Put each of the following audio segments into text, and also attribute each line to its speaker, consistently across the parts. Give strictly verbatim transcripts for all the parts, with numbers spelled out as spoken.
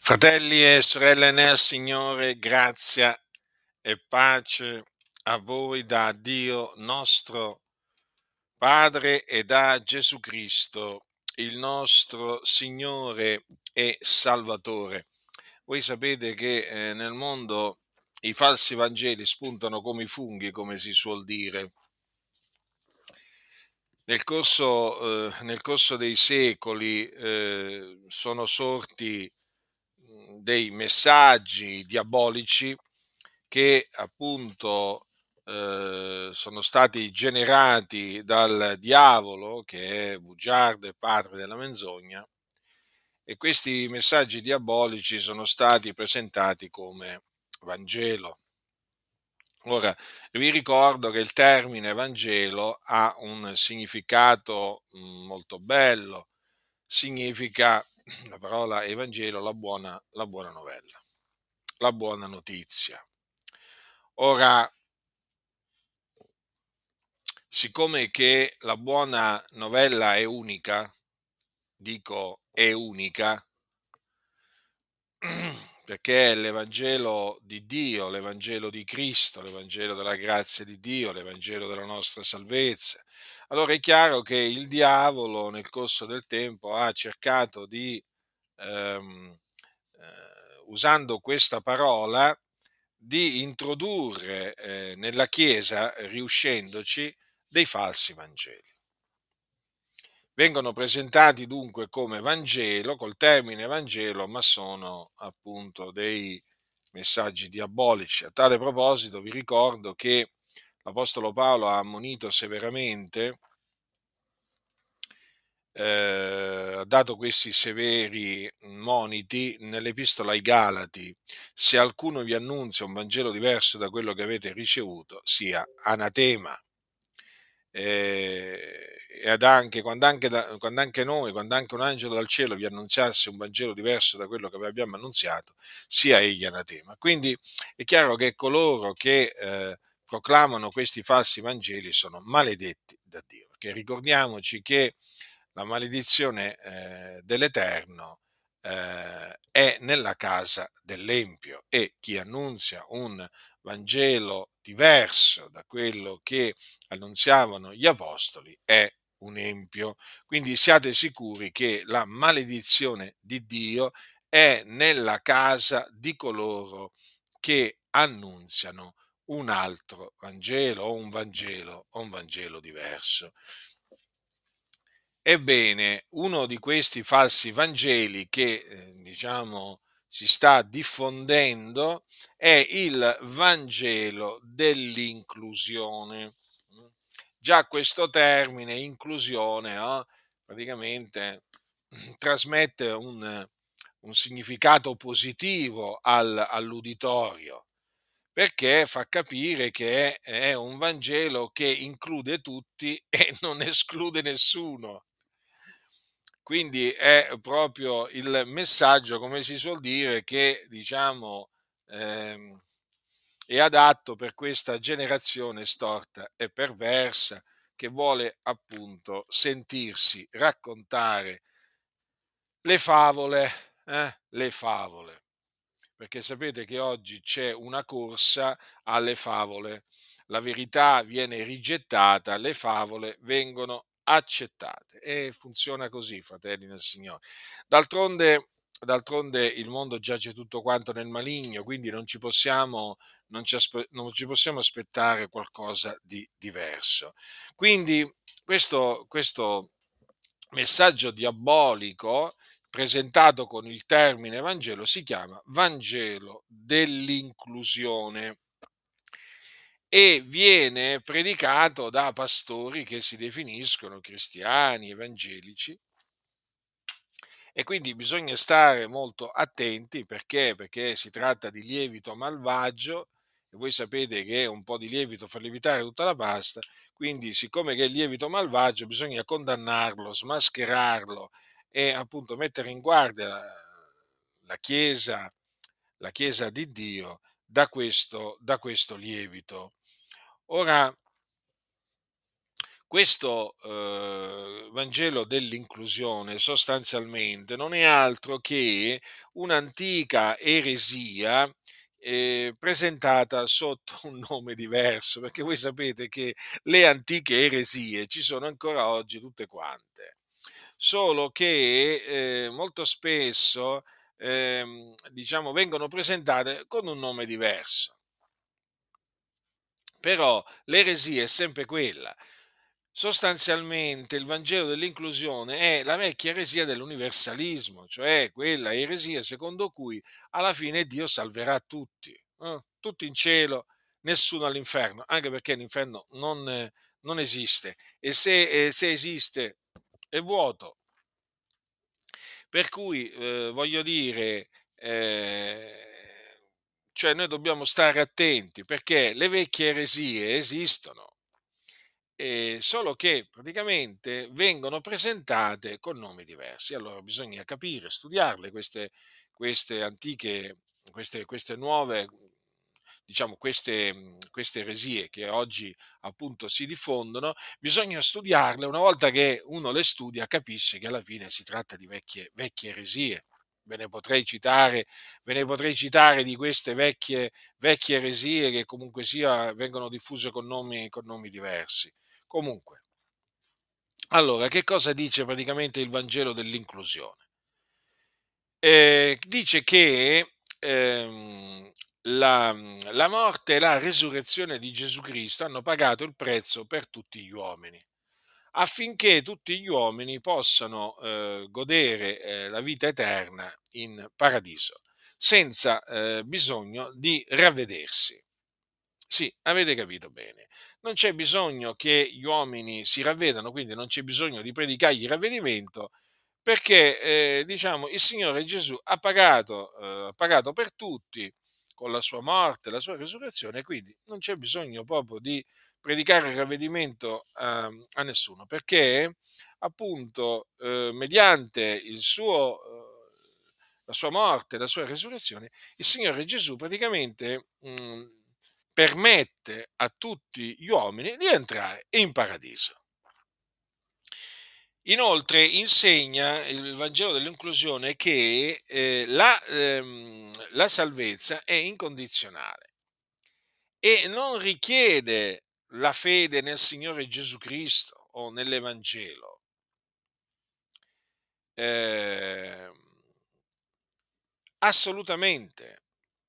Speaker 1: Fratelli e sorelle nel Signore, grazia e pace a voi da Dio nostro Padre e da Gesù Cristo, il nostro Signore e Salvatore. Voi sapete che eh, nel mondo i falsi Vangeli spuntano come i funghi, come si suol dire. Nel corso, eh, nel corso dei secoli eh, sono sorti mh, dei messaggi diabolici che appunto eh, sono stati generati dal diavolo, che è bugiardo e padre della menzogna, e questi messaggi diabolici sono stati presentati come Vangelo. Ora, vi ricordo che il termine Vangelo ha un significato mm, molto bello, significa la parola Evangelo, la buona, la buona novella, la buona notizia. Ora, siccome che la buona novella è unica, dico è unica, perché è l'Evangelo di Dio, l'Evangelo di Cristo, l'Evangelo della grazia di Dio, l'Evangelo della nostra salvezza. Allora è chiaro che il diavolo nel corso del tempo ha cercato di, ehm, eh, usando questa parola, di introdurre eh, nella Chiesa, riuscendoci, dei falsi Vangeli. Vengono presentati dunque come Vangelo, col termine Vangelo, ma sono appunto dei messaggi diabolici. A tale proposito vi ricordo che l'Apostolo Paolo ha ammonito severamente, eh, ha dato questi severi moniti nell'Epistola ai Galati: se alcuno vi annunzia un Vangelo diverso da quello che avete ricevuto, sia anatema. eh, ed anche quando, anche da- quando anche noi, quando anche un angelo dal cielo vi annunziasse un Vangelo diverso da quello che vi abbiamo annunziato, sia egli anatema. Quindi è chiaro che coloro che eh, proclamano questi falsi Vangeli sono maledetti da Dio, perché ricordiamoci che la maledizione eh, dell'Eterno eh, è nella casa dell'Empio, e chi annunzia un Vangelo diverso da quello che annunziavano gli apostoli è un empio. Quindi siate sicuri che la maledizione di Dio è nella casa di coloro che annunziano un altro Vangelo o un Vangelo o un Vangelo diverso. Ebbene, uno di questi falsi Vangeli che eh, diciamo si sta diffondendo è il Vangelo dell'inclusione. Già questo termine, inclusione, no? Praticamente trasmette un, un significato positivo al- all'uditorio, perché fa capire che è, è un Vangelo che include tutti e non esclude nessuno. Quindi è proprio il messaggio, come si suol dire, che diciamo ehm, è adatto per questa generazione storta e perversa, che vuole appunto sentirsi raccontare le favole, eh? Le favole, perché sapete che oggi c'è una corsa alle favole. La verità viene rigettata, le favole vengono accettate, e funziona così, fratelli nel Signore. D'altronde, d'altronde il mondo giace tutto quanto nel maligno, quindi non ci possiamo, non ci aspe- non ci possiamo aspettare qualcosa di diverso. Quindi questo, questo messaggio diabolico presentato con il termine Vangelo si chiama Vangelo dell'inclusione e viene predicato da pastori che si definiscono cristiani evangelici, e quindi bisogna stare molto attenti. Perché? Perché si tratta di lievito malvagio, e voi sapete che un po' di lievito fa lievitare tutta la pasta. Quindi, siccome che è lievito malvagio, bisogna condannarlo, smascherarlo e appunto mettere in guardia la, la Chiesa, la Chiesa di Dio da questo, da questo lievito. Ora, Questo eh, Vangelo dell'inclusione sostanzialmente non è altro che un'antica eresia eh, presentata sotto un nome diverso, perché voi sapete che le antiche eresie ci sono ancora oggi tutte quante, solo che eh, molto spesso ehm, diciamo, vengono presentate con un nome diverso. Però l'eresia è sempre quella. Sostanzialmente il Vangelo dell'inclusione è la vecchia eresia dell'universalismo, cioè quella eresia secondo cui alla fine Dio salverà tutti, eh? Tutti in cielo, nessuno all'inferno, anche perché l'inferno non, eh, non esiste e se, eh, se esiste è vuoto. Per cui eh, voglio dire, eh, cioè noi dobbiamo stare attenti perché le vecchie eresie esistono, eh, solo che praticamente vengono presentate con nomi diversi. Allora bisogna capire, studiarle queste, queste antiche, queste, queste nuove, diciamo, queste, queste eresie che oggi appunto si diffondono, bisogna studiarle. Una volta che uno le studia, capisce che alla fine si tratta di vecchie, vecchie eresie. Ve ne potrei citare, ve ne potrei citare di queste vecchie, vecchie eresie che comunque sia vengono diffuse con nomi, con nomi diversi. Comunque, allora, che cosa dice praticamente il Vangelo dell'inclusione? Eh, dice che ehm, la, la morte e la resurrezione di Gesù Cristo hanno pagato il prezzo per tutti gli uomini, affinché tutti gli uomini possano eh, godere eh, la vita eterna in paradiso, senza eh, bisogno di ravvedersi. Sì, avete capito bene. Non c'è bisogno che gli uomini si ravvedano, quindi non c'è bisogno di predicargli il ravvedimento, perché eh, diciamo il Signore Gesù ha pagato, eh, ha pagato per tutti con la sua morte, la sua risurrezione, quindi non c'è bisogno proprio di predicare il ravvedimento a, a nessuno, perché appunto eh, mediante il suo, eh, la sua morte, la sua risurrezione, il Signore Gesù praticamente mh, permette a tutti gli uomini di entrare in paradiso. Inoltre insegna il Vangelo dell'inclusione che eh, la, ehm, la salvezza è incondizionale e non richiede la fede nel Signore Gesù Cristo o nell'Evangelo. Eh, assolutamente,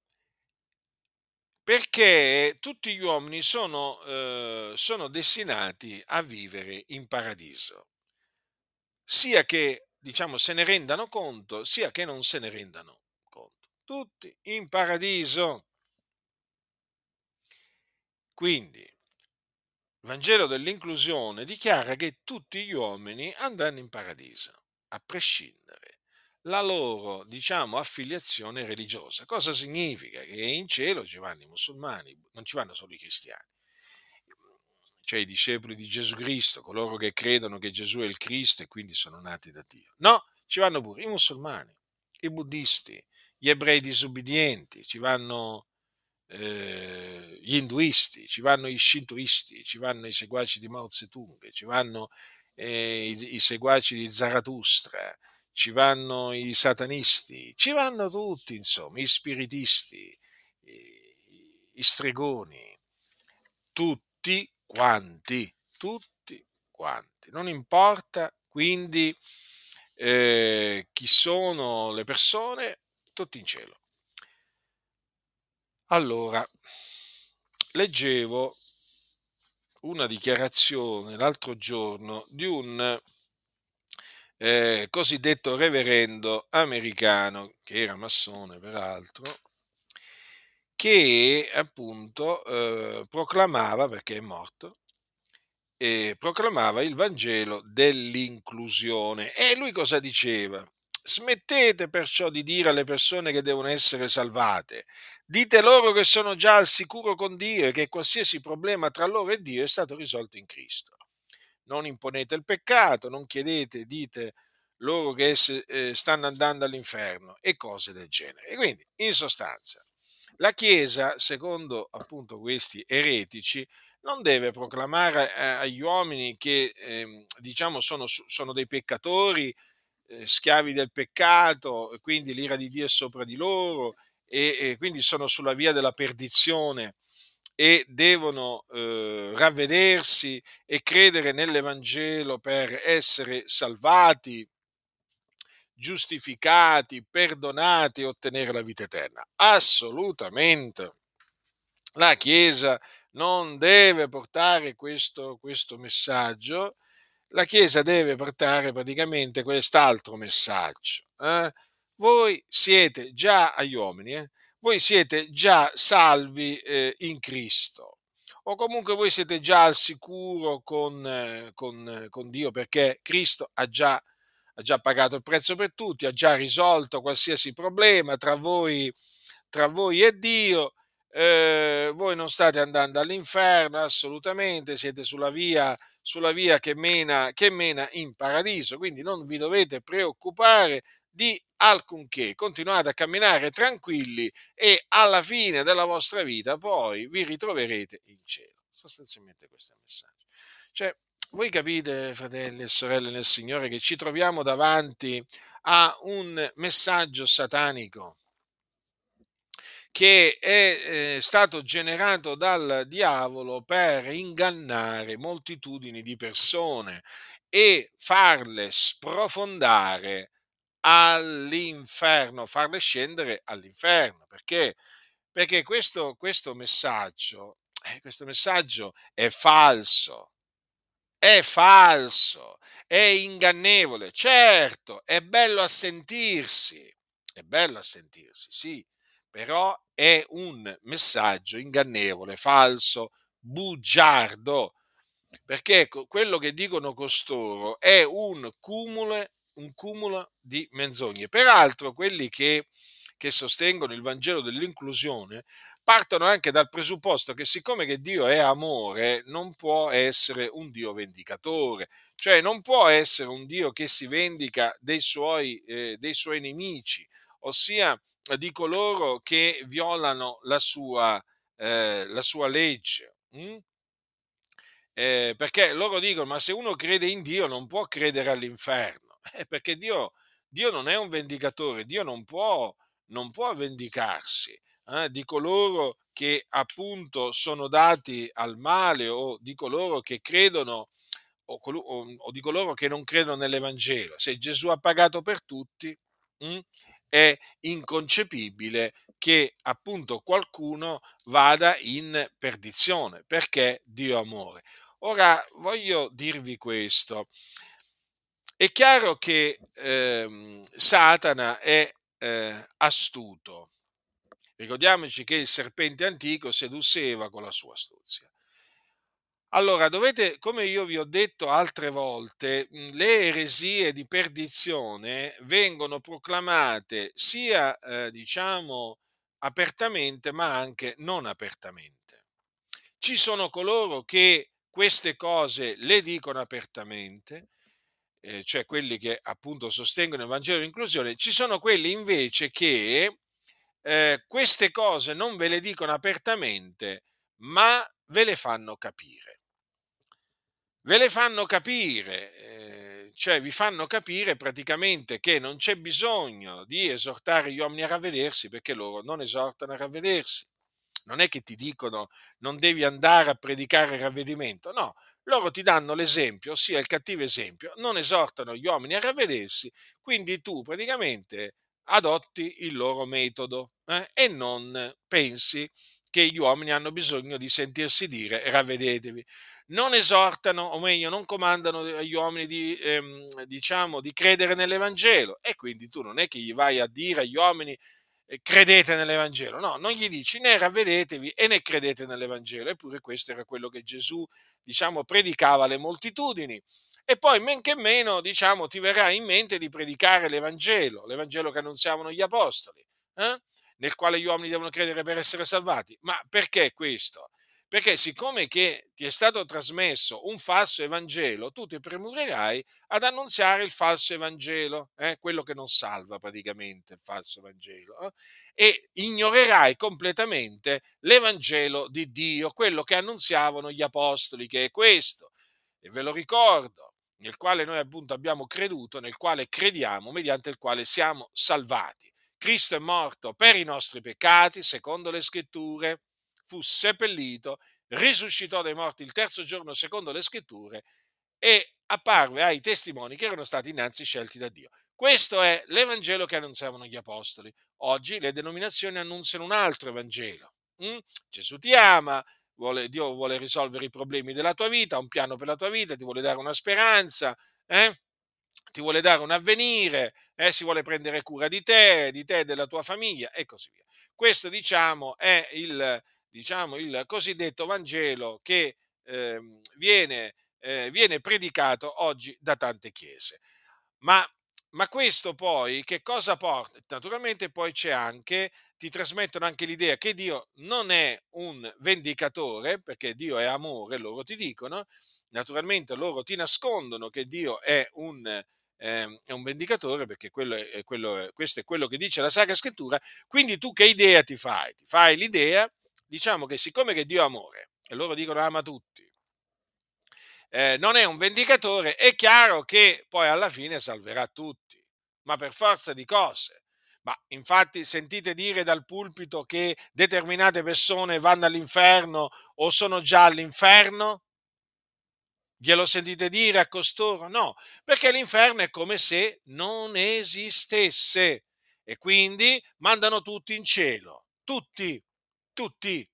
Speaker 1: perché tutti gli uomini sono, eh, sono destinati a vivere in paradiso, sia che diciamo se ne rendano conto, sia che non se ne rendano conto. Tutti in paradiso. Quindi, il Vangelo dell'inclusione dichiara che tutti gli uomini andranno in paradiso, a prescindere la loro, diciamo, affiliazione religiosa. Cosa significa? Che in cielo ci vanno i musulmani, non ci vanno solo i cristiani, cioè i discepoli di Gesù Cristo, coloro che credono che Gesù è il Cristo e quindi sono nati da Dio. No, ci vanno pure i musulmani, i buddisti, gli ebrei disubbidienti, ci vanno eh, gli induisti, ci vanno gli shintoisti, ci vanno i seguaci di Mao Zedong, ci vanno eh, i, i seguaci di Zarathustra, ci vanno i satanisti, ci vanno tutti, insomma, gli spiritisti, i, i stregoni, tutti quanti, tutti quanti. Non importa quindi eh, chi sono le persone, tutti in cielo. Allora, leggevo una dichiarazione l'altro giorno di un eh, cosiddetto reverendo americano, che era massone peraltro, che appunto eh, proclamava, perché è morto, e proclamava il Vangelo dell'inclusione. E lui cosa diceva? Smettete perciò di dire alle persone che devono essere salvate, dite loro che sono già al sicuro con Dio e che qualsiasi problema tra loro e Dio è stato risolto in Cristo. Non imponete il peccato, non chiedete, dite loro che esse, eh, stanno andando all'inferno e cose del genere. E quindi, in sostanza, la Chiesa, secondo appunto questi eretici, non deve proclamare eh, agli uomini che ehm, diciamo sono, su- sono dei peccatori, eh, schiavi del peccato, e quindi l'ira di Dio è sopra di loro e, e quindi sono sulla via della perdizione e devono eh, ravvedersi e credere nell'Evangelo per essere salvati, giustificati, perdonati e ottenere la vita eterna. Assolutamente. La Chiesa non deve portare questo, questo messaggio, la Chiesa deve portare praticamente quest'altro messaggio. eh. Voi siete già, agli uomini, eh, voi siete già salvi eh, in Cristo, o comunque voi siete già al sicuro con, eh, con, eh, con Dio, perché Cristo ha già, ha già pagato il prezzo per tutti, ha già risolto qualsiasi problema tra voi, tra voi e Dio. Eh, voi non state andando all'inferno assolutamente, siete sulla via, sulla via che mena, che mena in paradiso, quindi non vi dovete preoccupare di alcunché, continuate a camminare tranquilli e alla fine della vostra vita poi vi ritroverete in cielo. Sostanzialmente questo è il messaggio. Cioè, voi capite, fratelli e sorelle nel Signore, che ci troviamo davanti a un messaggio satanico che è eh, stato generato dal diavolo per ingannare moltitudini di persone e farle sprofondare all'inferno, farle scendere all'inferno. Perché? Perché questo, questo messaggio, eh, questo messaggio è falso. È falso, è ingannevole. Certo, è bello a sentirsi, è bello a sentirsi, sì, però è un messaggio ingannevole, falso, bugiardo, perché ecco, quello che dicono costoro è un cumulo, un cumulo di menzogne. Peraltro, quelli che, che sostengono il Vangelo dell'inclusione partono anche dal presupposto che siccome che Dio è amore, non può essere un Dio vendicatore, cioè non può essere un Dio che si vendica dei suoi, eh, dei suoi nemici, ossia di coloro che violano la sua, eh, la sua legge. Mm? Eh, perché loro dicono, ma se uno crede in Dio non può credere all'inferno, eh, perché Dio, Dio non è un vendicatore, Dio non può, non può vendicarsi eh, di coloro che appunto sono dati al male o di coloro che credono o, colo- o- o di coloro che non credono nell'Evangelo. Se Gesù ha pagato per tutti, mm, è inconcepibile che appunto qualcuno vada in perdizione, perché Dio è amore. Ora voglio dirvi questo. È chiaro che ehm, Satana è eh, astuto. Ricordiamoci che il serpente antico sedusse Eva con la sua astuzia. Allora, dovete, come io vi ho detto altre volte, mh, le eresie di perdizione vengono proclamate sia, eh, diciamo, apertamente, ma anche non apertamente. Ci sono coloro che queste cose le dicono apertamente, eh, cioè quelli che appunto sostengono il Vangelo dell'inclusione, ci sono quelli invece che eh, queste cose non ve le dicono apertamente, ma ve le fanno capire. Ve le fanno capire, eh, cioè vi fanno capire praticamente che non c'è bisogno di esortare gli uomini a ravvedersi perché loro non esortano a ravvedersi. Non è che ti dicono non devi andare a predicare il ravvedimento, no, loro ti danno l'esempio, ossia il cattivo esempio, non esortano gli uomini a ravvedersi, quindi tu praticamente adotti il loro metodo eh, e non pensi che gli uomini hanno bisogno di sentirsi dire ravvedetevi. Non esortano, o meglio, non comandano agli uomini di, ehm, diciamo, di credere nell'Evangelo e quindi tu non è che gli vai a dire agli uomini eh, credete nell'Evangelo, no, non gli dici né ravvedetevi e né credete nell'Evangelo, eppure questo era quello che Gesù, diciamo, predicava alle moltitudini. E poi men che meno, diciamo, ti verrà in mente di predicare l'Evangelo, l'Evangelo che annunziavano gli apostoli, eh? Nel quale gli uomini devono credere per essere salvati. Ma perché questo? Perché siccome che ti è stato trasmesso un falso Evangelo, tu ti premurerai ad annunziare il falso Evangelo, eh, quello che non salva praticamente il falso Vangelo, eh, e ignorerai completamente l'Evangelo di Dio, quello che annunziavano gli apostoli, che è questo, e ve lo ricordo, nel quale noi appunto abbiamo creduto, nel quale crediamo, mediante il quale siamo salvati. Cristo è morto per i nostri peccati, secondo le scritture, fu seppellito, risuscitò dai morti il terzo giorno, secondo le scritture, e apparve ai testimoni che erano stati innanzi scelti da Dio. Questo è l'Evangelo che annunziavano gli apostoli. Oggi le denominazioni annunziano un altro Evangelo. Mm? Gesù ti ama, vuole- Dio vuole risolvere i problemi della tua vita, ha un piano per la tua vita, ti vuole dare una speranza, eh? Ti vuole dare un avvenire, eh? Si vuole prendere cura di te, di te e della tua famiglia e così via. Questo, diciamo, è il, diciamo, il cosiddetto Vangelo che ehm, viene, eh, viene predicato oggi da tante chiese. Ma, ma questo poi che cosa porta? Naturalmente poi c'è anche, ti trasmettono anche l'idea che Dio non è un vendicatore, perché Dio è amore, loro ti dicono, naturalmente loro ti nascondono che Dio è un, ehm, è un vendicatore, perché quello è, è quello è- questo è quello che dice la Sacra Scrittura. Quindi tu che idea ti fai? Ti fai l'idea, diciamo, che siccome che Dio è amore, e loro dicono ama tutti, eh, non è un vendicatore, è chiaro che poi alla fine salverà tutti, ma per forza di cose. Ma infatti sentite dire dal pulpito che determinate persone vanno all'inferno o sono già all'inferno? Glielo sentite dire a costoro? No, perché l'inferno è come se non esistesse e quindi mandano tutti in cielo, tutti, tutti,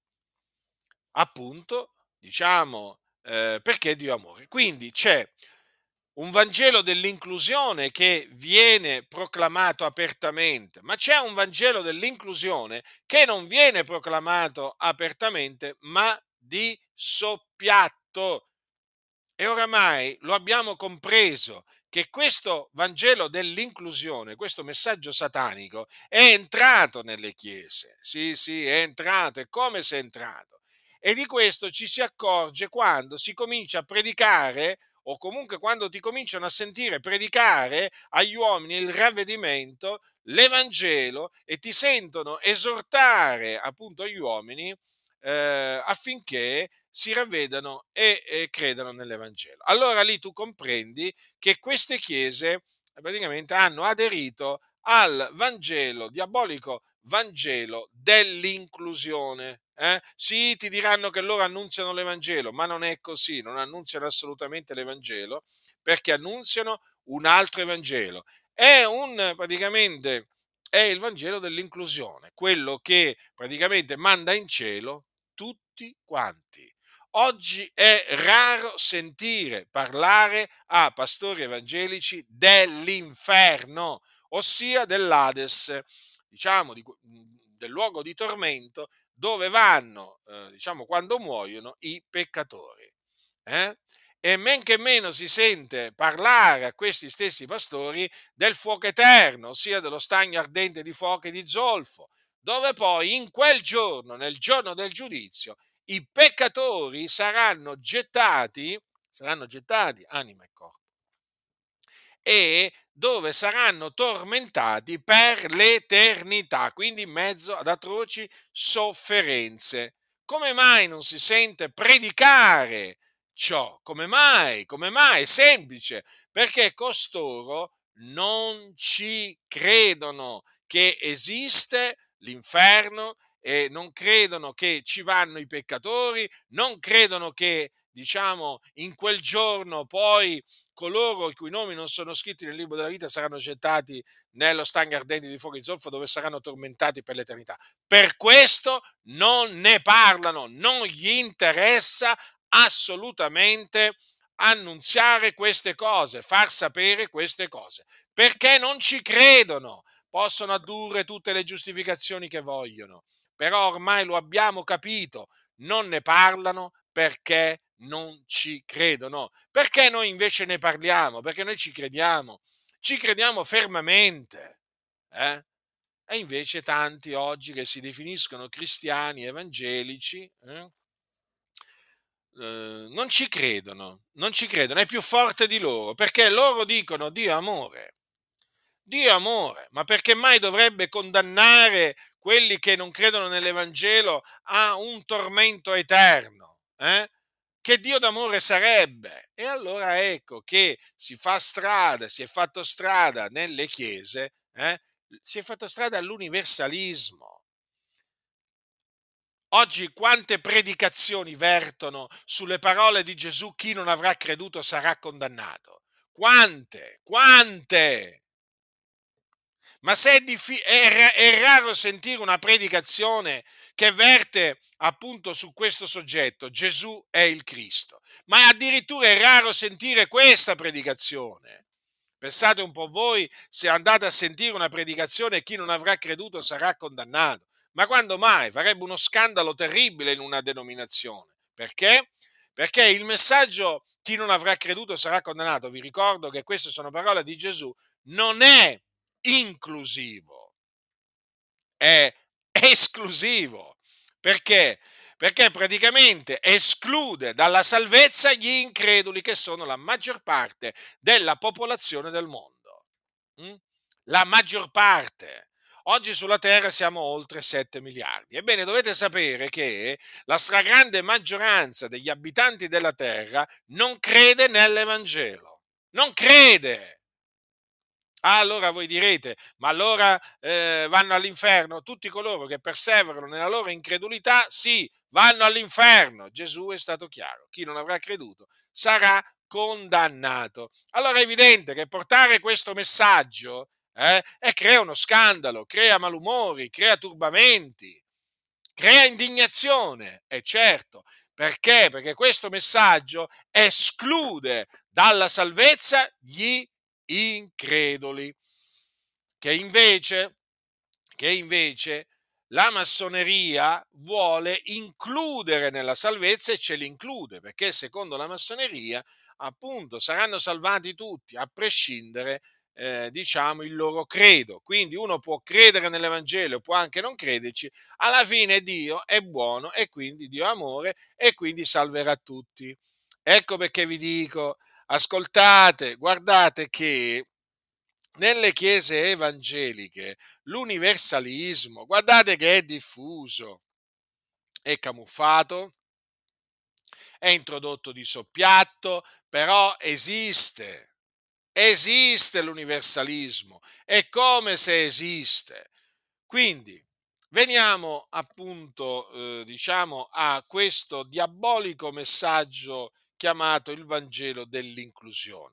Speaker 1: appunto, diciamo, eh, perché Dio è amore. Quindi c'è un Vangelo dell'inclusione che viene proclamato apertamente, ma c'è un Vangelo dell'inclusione che non viene proclamato apertamente, ma di soppiatto. E oramai lo abbiamo compreso che questo Vangelo dell'inclusione, questo messaggio satanico, è entrato nelle chiese. Sì, sì, è entrato, è come se è entrato. E di questo ci si accorge quando si comincia a predicare, o comunque quando ti cominciano a sentire predicare agli uomini il ravvedimento, l'Evangelo, e ti sentono esortare appunto agli uomini eh, affinché si ravvedano e, e credano nell'Evangelo. Allora lì tu comprendi che queste chiese eh, praticamente hanno aderito al Vangelo, diabolico Vangelo dell'inclusione. Eh? Sì, ti diranno che loro annunziano l'Evangelo, ma non è così, non annunziano assolutamente l'Evangelo, perché annunziano un altro Evangelo. È un praticamente è il Vangelo dell'inclusione, quello che praticamente manda in cielo tutti quanti. Oggi è raro sentire parlare a pastori evangelici dell'inferno, ossia dell'Ades, diciamo di, del luogo di tormento dove vanno, eh, diciamo, quando muoiono i peccatori. Eh? E men che meno si sente parlare a questi stessi pastori del fuoco eterno, ossia dello stagno ardente di fuoco e di zolfo, dove poi in quel giorno, nel giorno del giudizio, i peccatori saranno gettati, saranno gettati, anima e corpo, e dove saranno tormentati per l'eternità, quindi in mezzo ad atroci sofferenze. Come mai non si sente predicare ciò? Come mai? Come mai? È semplice, perché costoro non ci credono che esiste l'inferno e non credono che ci vanno i peccatori, non credono che, diciamo, in quel giorno poi coloro i cui nomi non sono scritti nel libro della vita saranno gettati nello stagno ardente di fuoco e di zolfo dove saranno tormentati per l'eternità. Per questo non ne parlano, non gli interessa assolutamente annunziare queste cose, far sapere queste cose, perché non ci credono. Possono addurre tutte le giustificazioni che vogliono, però ormai lo abbiamo capito, non ne parlano perché non ci credono. Perché noi invece ne parliamo? Perché noi ci crediamo, ci crediamo fermamente. Eh? E invece tanti oggi che si definiscono cristiani evangelici, eh? eh, non ci credono, non ci credono, è più forte di loro, perché loro dicono Dio è amore. Dio è amore, ma perché mai dovrebbe condannare quelli che non credono nell'Evangelo a un tormento eterno? Eh? Che Dio d'amore sarebbe? E allora ecco che si fa strada, si è fatto strada nelle chiese, eh? Si è fatto strada all'universalismo. Oggi quante predicazioni vertono sulle parole di Gesù, chi non avrà creduto sarà condannato? Quante? Quante? Ma se è, diffi- è ra- è raro sentire una predicazione che verte appunto su questo soggetto, Gesù è il Cristo, ma addirittura è raro sentire questa predicazione. Pensate un po' voi se andate a sentire una predicazione e chi non avrà creduto sarà condannato. Ma quando mai? Farebbe uno scandalo terribile in una denominazione. Perché? Perché il messaggio chi non avrà creduto sarà condannato, vi ricordo che queste sono parole di Gesù, non è inclusivo, è esclusivo. Perché? Perché praticamente esclude dalla salvezza gli increduli che sono la maggior parte della popolazione del mondo. Mm? La maggior parte. Oggi sulla Terra siamo oltre sette miliardi. Ebbene, dovete sapere che la stragrande maggioranza degli abitanti della Terra non crede nell'Evangelo. Non crede. Ah, allora voi direte, ma allora eh, vanno all'inferno tutti coloro che perseverano nella loro incredulità? Sì, vanno all'inferno. Gesù è stato chiaro, chi non avrà creduto sarà condannato. Allora è evidente che portare questo messaggio eh, e crea uno scandalo, crea malumori, crea turbamenti, crea indignazione, e certo, perché? Perché questo messaggio esclude dalla salvezza gli increduli, che invece, che invece la massoneria vuole includere nella salvezza e ce li include, perché secondo la massoneria appunto saranno salvati tutti, a prescindere eh, diciamo il loro credo. Quindi uno può credere nell'Evangelo, può anche non crederci, alla fine Dio è buono e quindi Dio è amore e quindi salverà tutti. Ecco perché vi dico, ascoltate, guardate che nelle chiese evangeliche l'universalismo, guardate che è diffuso, è camuffato, è introdotto di soppiatto, però esiste, esiste l'universalismo, è come se esiste. Quindi veniamo appunto, eh, diciamo, a questo diabolico messaggio chiamato il Vangelo dell'inclusione.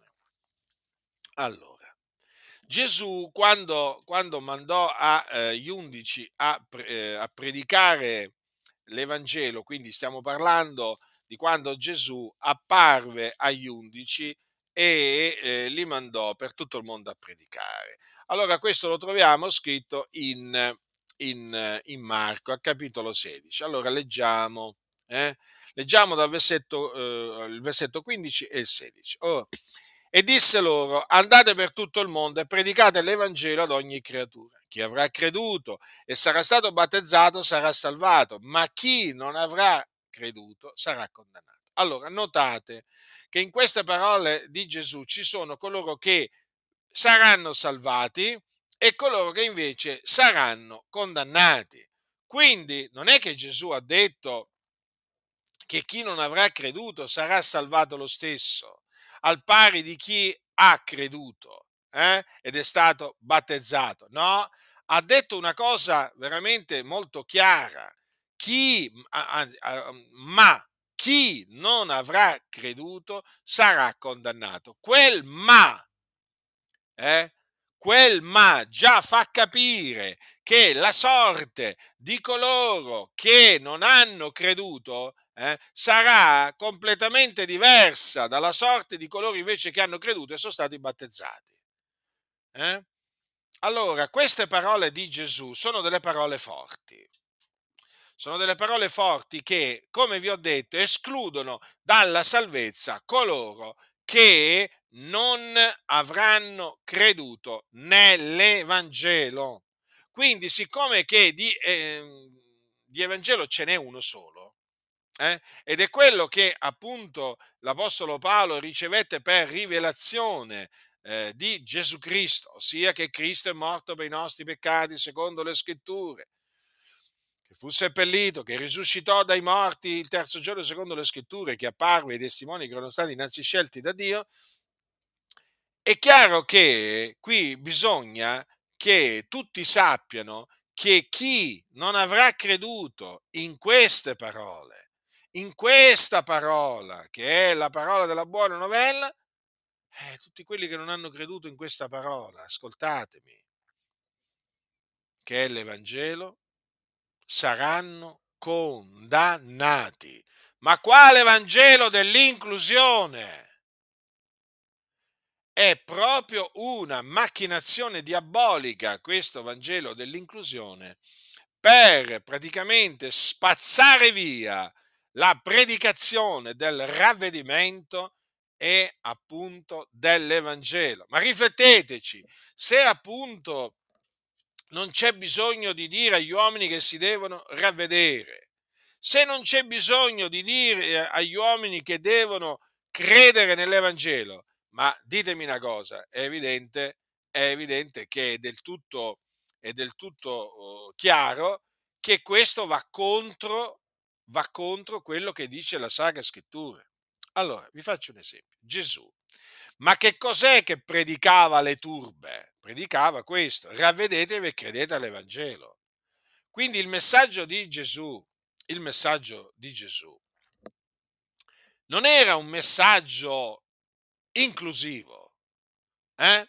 Speaker 1: Allora, Gesù quando, quando mandò agli undici a, pre- eh, a predicare l'Evangelo, quindi stiamo parlando di quando Gesù apparve agli undici e eh, li mandò per tutto il mondo a predicare. Allora questo lo troviamo scritto in, in, in Marco, al capitolo sedici. Allora leggiamo, eh? Leggiamo dal versetto, eh, il versetto quindici e il sedici. Oh, e disse loro, andate per tutto il mondo e predicate l'Evangelo ad ogni creatura. Chi avrà creduto e sarà stato battezzato sarà salvato, ma chi non avrà creduto sarà condannato. Allora, notate che in queste parole di Gesù ci sono coloro che saranno salvati e coloro che invece saranno condannati. Quindi non è che Gesù ha detto che chi non avrà creduto sarà salvato lo stesso, al pari di chi ha creduto eh, ed è stato battezzato. No, ha detto una cosa veramente molto chiara. Chi, a- a- ma chi non avrà creduto sarà condannato. Quel ma eh, quel ma già fa capire che la sorte di coloro che non hanno creduto eh, sarà completamente diversa dalla sorte di coloro invece che hanno creduto e sono stati battezzati. Eh? Allora, queste parole di Gesù sono delle parole forti. Sono delle parole forti che, come vi ho detto, escludono dalla salvezza coloro che non avranno creduto nell'Evangelo. Quindi, siccome che di, eh, di Evangelo ce n'è uno solo, Eh? Ed è quello che appunto l'Apostolo Paolo ricevette per rivelazione eh, di Gesù Cristo, ossia che Cristo è morto per i nostri peccati secondo le Scritture, che fu seppellito, che risuscitò dai morti il terzo giorno secondo le Scritture, che apparve ai testimoni che erano stati innanzi scelti da Dio. È chiaro che qui bisogna che tutti sappiano che chi non avrà creduto in queste parole, in questa parola, che è la parola della buona novella, eh, tutti quelli che non hanno creduto in questa parola, ascoltatemi, che è l'Evangelo, saranno condannati. Ma quale Vangelo dell'inclusione? È proprio una macchinazione diabolica questo Vangelo dell'inclusione per praticamente spazzare via la predicazione del ravvedimento e appunto dell'Evangelo. Ma rifletteteci, se appunto non c'è bisogno di dire agli uomini che si devono ravvedere, se non c'è bisogno di dire agli uomini che devono credere nell'Evangelo, ma ditemi una cosa, è evidente, è evidente che è del tutto, è del tutto oh, chiaro che questo va contro, va contro quello che dice la Sacra Scrittura. Allora, vi faccio un esempio. Gesù, ma che cos'è che predicava alle turbe? Predicava questo: ravvedetevi e credete all'Evangelo. Quindi il messaggio di Gesù, il messaggio di Gesù non era un messaggio inclusivo, eh?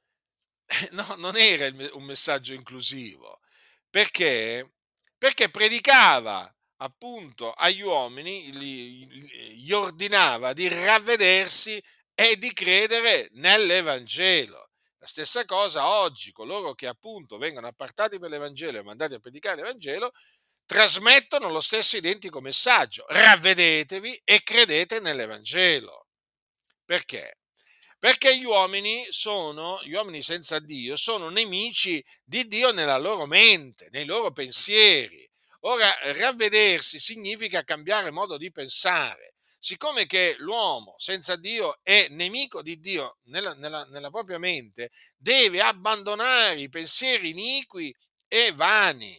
Speaker 1: No, non era il me- un messaggio inclusivo, perché, perché predicava appunto agli uomini, gli, gli ordinava di ravvedersi e di credere nell'Evangelo. La stessa cosa oggi, coloro che appunto vengono appartati per l'Evangelo e mandati a predicare l'Evangelo, trasmettono lo stesso identico messaggio: ravvedetevi e credete nell'Evangelo. Perché? Perché gli uomini sono, gli uomini senza Dio, sono nemici di Dio nella loro mente, nei loro pensieri. Ora, ravvedersi significa cambiare modo di pensare. Siccome che l'uomo senza Dio è nemico di Dio nella, nella, nella propria mente, deve abbandonare i pensieri iniqui e vani.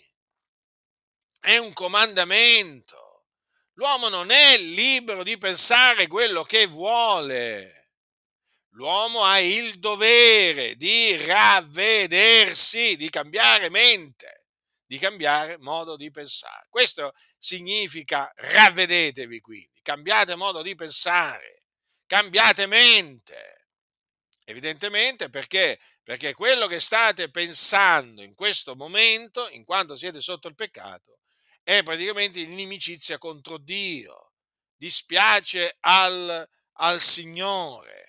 Speaker 1: È un comandamento. L'uomo non è libero di pensare quello che vuole. L'uomo ha il dovere di ravvedersi, di cambiare mente, di cambiare modo di pensare. Questo significa ravvedetevi, quindi, cambiate modo di pensare, cambiate mente. Evidentemente perché? Perché quello che state pensando in questo momento, in quanto siete sotto il peccato, è praticamente inimicizia contro Dio, dispiace al, al Signore.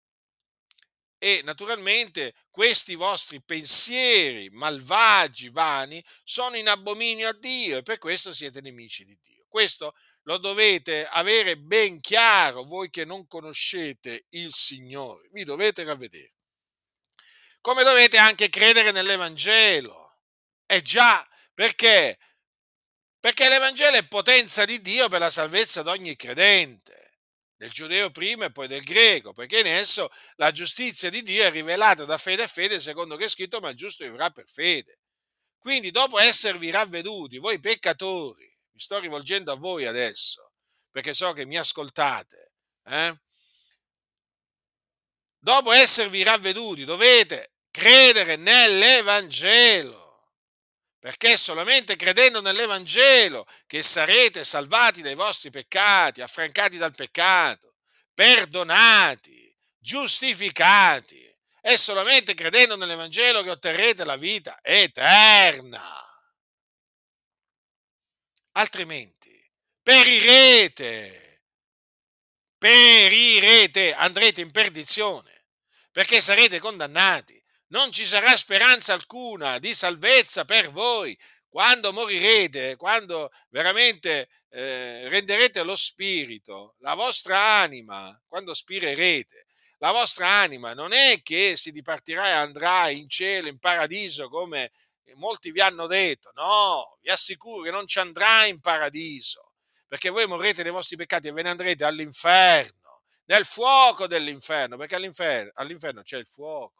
Speaker 1: E naturalmente questi vostri pensieri malvagi, vani, sono in abominio a Dio e per questo siete nemici di Dio. Questo lo dovete avere ben chiaro voi che non conoscete il Signore. Vi dovete ravvedere. Come dovete anche credere nell'Evangelo. Eh già, perché? Perché l'Evangelo è potenza di Dio per la salvezza di ogni credente, del giudeo prima e poi del greco, perché in esso la giustizia di Dio è rivelata da fede a fede, secondo che è scritto: ma il giusto vivrà per fede. Quindi, dopo esservi ravveduti, voi peccatori, mi sto rivolgendo a voi adesso, perché so che mi ascoltate, eh? Dopo esservi ravveduti, dovete credere nell'Evangelo. Perché è solamente credendo nell'Evangelo che sarete salvati dai vostri peccati, affrancati dal peccato, perdonati, giustificati. È solamente credendo nell'Evangelo che otterrete la vita eterna. Altrimenti perirete, perirete, andrete in perdizione, perché sarete condannati. Non ci sarà speranza alcuna di salvezza per voi. Quando morirete, quando veramente eh, renderete lo spirito, la vostra anima, quando spirerete, la vostra anima non è che si dipartirà e andrà in cielo, in paradiso, come molti vi hanno detto. No, vi assicuro che non ci andrà in paradiso, perché voi morrete nei vostri peccati e ve ne andrete all'inferno, nel fuoco dell'inferno, perché all'inferno, all'inferno c'è il fuoco.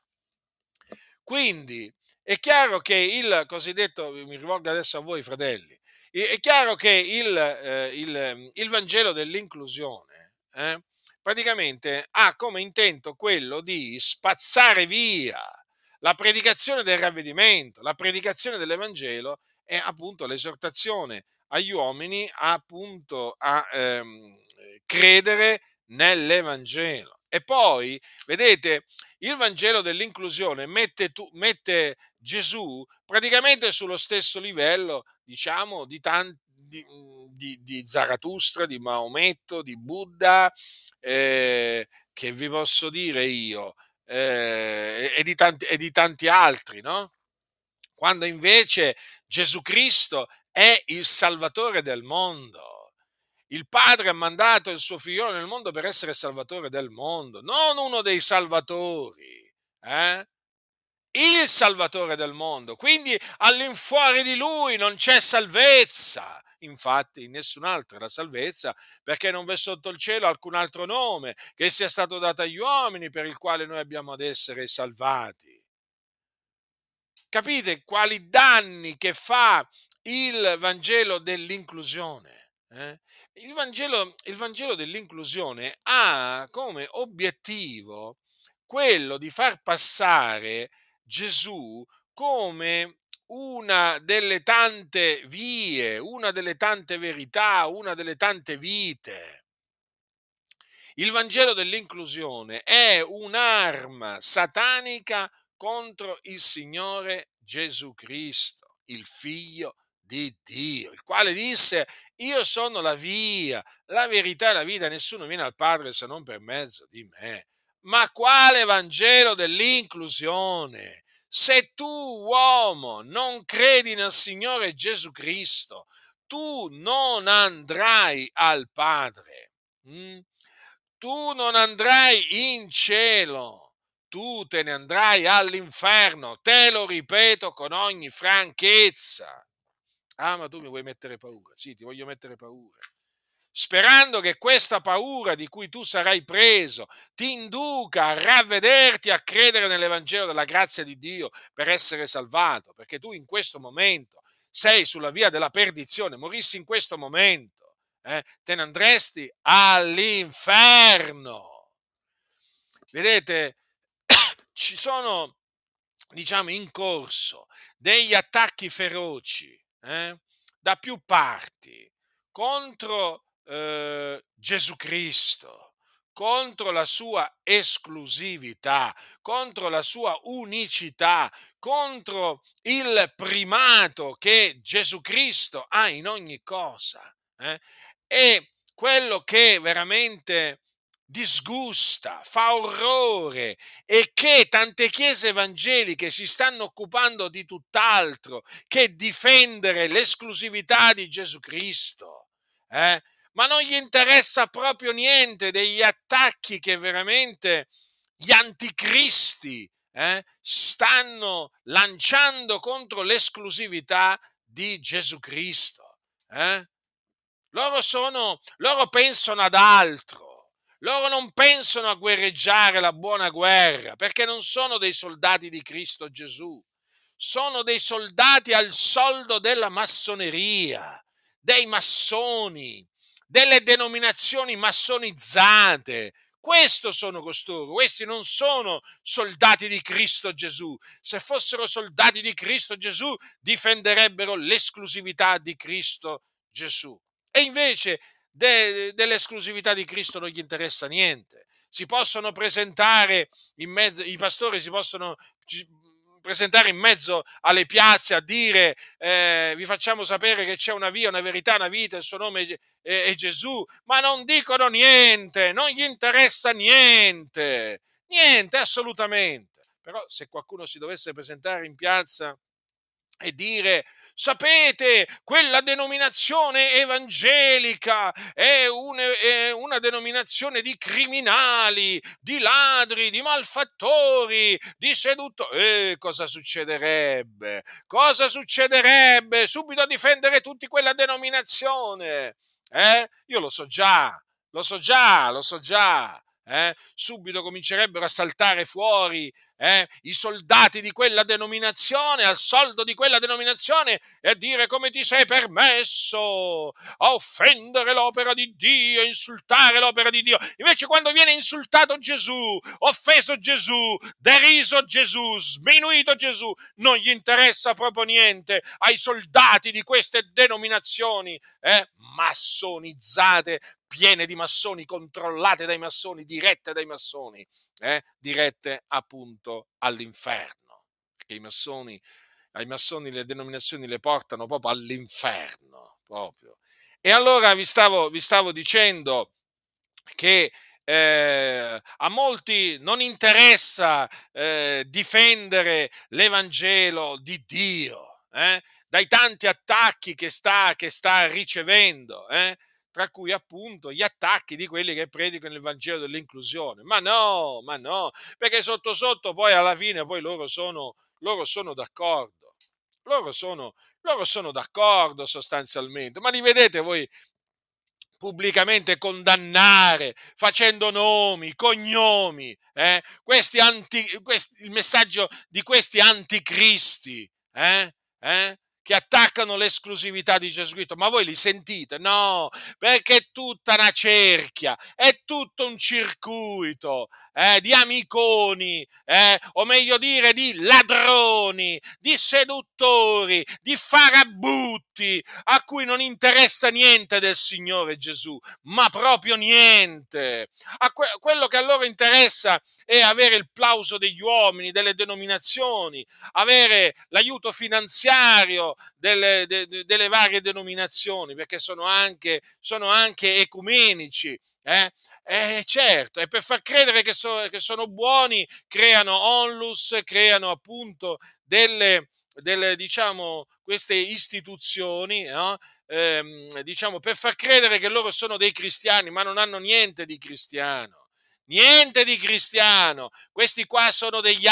Speaker 1: Quindi è chiaro che il cosiddetto, mi rivolgo adesso a voi fratelli, è chiaro che il, eh, il, il Vangelo dell'inclusione eh, praticamente ha come intento quello di spazzare via la predicazione del ravvedimento, la predicazione dell'Evangelo è appunto l'esortazione agli uomini appunto a ehm, credere nell'Evangelo. E poi, vedete, il Vangelo dell'inclusione mette, tu, mette Gesù praticamente sullo stesso livello, diciamo, di, tan- di, di, di Zarathustra, di Maometto, di Buddha, eh, che vi posso dire io, eh, e, di tanti, e di tanti altri, no? Quando invece Gesù Cristo è il Salvatore del mondo. Il Padre ha mandato il suo figliolo nel mondo per essere Salvatore del mondo, non uno dei salvatori, eh? Il Salvatore del mondo. Quindi all'infuori di lui non c'è salvezza. Infatti in nessun'altra è la salvezza, perché non v'è sotto il cielo alcun altro nome che sia stato dato agli uomini per il quale noi abbiamo ad essere salvati. Capite quali danni che fa il Vangelo dell'inclusione? eh? Il Vangelo, il Vangelo dell'inclusione ha come obiettivo quello di far passare Gesù come una delle tante vie, una delle tante verità, una delle tante vite. Il Vangelo dell'inclusione è un'arma satanica contro il Signore Gesù Cristo, il Figlio di Dio, il quale disse: Io sono la via, la verità e la vita, nessuno viene al Padre se non per mezzo di me. Ma quale Vangelo dell'inclusione? Se tu, uomo, non credi nel Signore Gesù Cristo, tu non andrai al Padre. Mm? Tu non andrai in cielo, tu te ne andrai all'inferno, te lo ripeto con ogni franchezza. Ah, ma tu mi vuoi mettere paura? Sì, ti voglio mettere paura. Sperando che questa paura di cui tu sarai preso ti induca a ravvederti, a credere nell'Evangelo della grazia di Dio per essere salvato, perché tu in questo momento sei sulla via della perdizione, morissi in questo momento, eh, te ne andresti all'inferno. Vedete, ci sono, diciamo, in corso degli attacchi feroci eh, da più parti contro eh, Gesù Cristo, contro la sua esclusività, contro la sua unicità, contro il primato che Gesù Cristo ha in ogni cosa. Eh? E quello che veramente disgusta, fa orrore e che tante chiese evangeliche si stanno occupando di tutt'altro che difendere l'esclusività di Gesù Cristo. Eh? Ma non gli interessa proprio niente degli attacchi che veramente gli anticristi eh, stanno lanciando contro l'esclusività di Gesù Cristo. Eh? Loro sono, loro pensano ad altro. Loro non pensano a guerreggiare la buona guerra, perché non sono dei soldati di Cristo Gesù. Sono dei soldati al soldo della massoneria, dei massoni, delle denominazioni massonizzate. Questo sono costoro, questi non sono soldati di Cristo Gesù. Se fossero soldati di Cristo Gesù, difenderebbero l'esclusività di Cristo Gesù. E invece de, dell'esclusività di Cristo non gli interessa niente. Si possono presentare in mezzo, i pastori si possono presentare in mezzo alle piazze a dire eh, vi facciamo sapere che c'è una via, una verità, una vita, il suo nome è, è, è Gesù, ma non dicono niente, non gli interessa niente, niente assolutamente. Però se qualcuno si dovesse presentare in piazza e dire: sapete, quella denominazione evangelica è, un, è una denominazione di criminali, di ladri, di malfattori, di seduttori. E cosa succederebbe? Cosa succederebbe? Subito a difendere tutti quella denominazione. Eh? Io lo so già, lo so già, lo so già. Eh? Subito comincerebbero a saltare fuori eh, i soldati di quella denominazione, al soldo di quella denominazione, e a dire: come ti sei permesso a offendere l'opera di Dio, a insultare l'opera di Dio. Invece quando viene insultato Gesù, offeso Gesù, deriso Gesù, sminuito Gesù, non gli interessa proprio niente ai soldati di queste denominazioni eh, massonizzate, piene di massoni, controllate dai massoni, dirette dai massoni, eh, dirette appunto all'inferno. Perché i massoni, ai massoni le denominazioni le portano proprio all'inferno, proprio. E allora vi stavo, vi stavo dicendo che eh, a molti non interessa eh, difendere l'Evangelo di Dio eh, dai tanti attacchi che sta, che sta ricevendo, eh, tra cui appunto gli attacchi di quelli che predicano il Vangelo dell'inclusione. Ma no, ma no, perché sotto sotto poi alla fine poi loro sono, loro sono d'accordo. Loro sono, loro sono d'accordo sostanzialmente, ma li vedete voi pubblicamente condannare, facendo nomi, cognomi, eh? Questi anti, questi, il messaggio di questi anticristi, eh? Eh? Che attaccano l'esclusività di Gesù Cristo. Ma voi li sentite? No, perché è tutta una cerchia, è tutto un circuito eh, di amiconi, eh, o meglio dire di ladroni, di seduttori, di farabutti, a cui non interessa niente del Signore Gesù, ma proprio niente. A que- quello che a loro interessa è avere il plauso degli uomini, delle denominazioni, avere l'aiuto finanziario delle, de- de- delle varie denominazioni, perché sono anche, sono anche ecumenici. Eh? Eh, certo, e per far credere che, so- che sono buoni creano onlus, creano appunto delle, delle diciamo, queste istituzioni, no? Ehm, diciamo, per far credere che loro sono dei cristiani, ma non hanno niente di cristiano. Niente di cristiano. Questi qua sono degli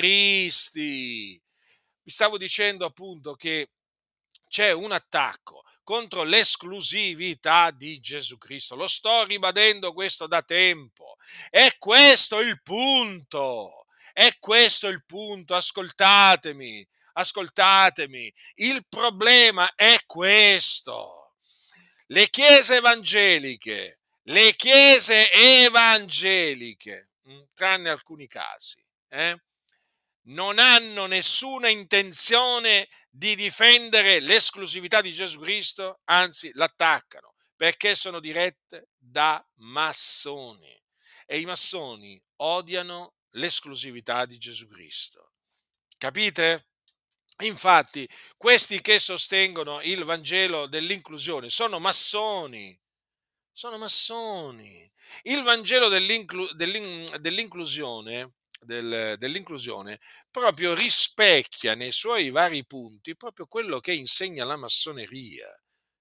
Speaker 1: anticristi. Vi stavo dicendo appunto che c'è un attacco contro l'esclusività di Gesù Cristo. Lo sto ribadendo questo da tempo. E questo è il punto. È questo il punto. Ascoltatemi, ascoltatemi. Il problema è questo. Le chiese evangeliche, le chiese evangeliche, mh, tranne alcuni casi, eh, non hanno nessuna intenzione di difendere l'esclusività di Gesù Cristo, anzi l'attaccano, perché sono dirette da massoni e i massoni odiano l'esclusività di Gesù Cristo. Capite? Infatti, questi che sostengono il Vangelo dell'inclusione sono massoni, sono massoni. Il Vangelo dell'inclu- dell'in- dell'inclusione, del- dell'inclusione proprio rispecchia nei suoi vari punti proprio quello che insegna la massoneria.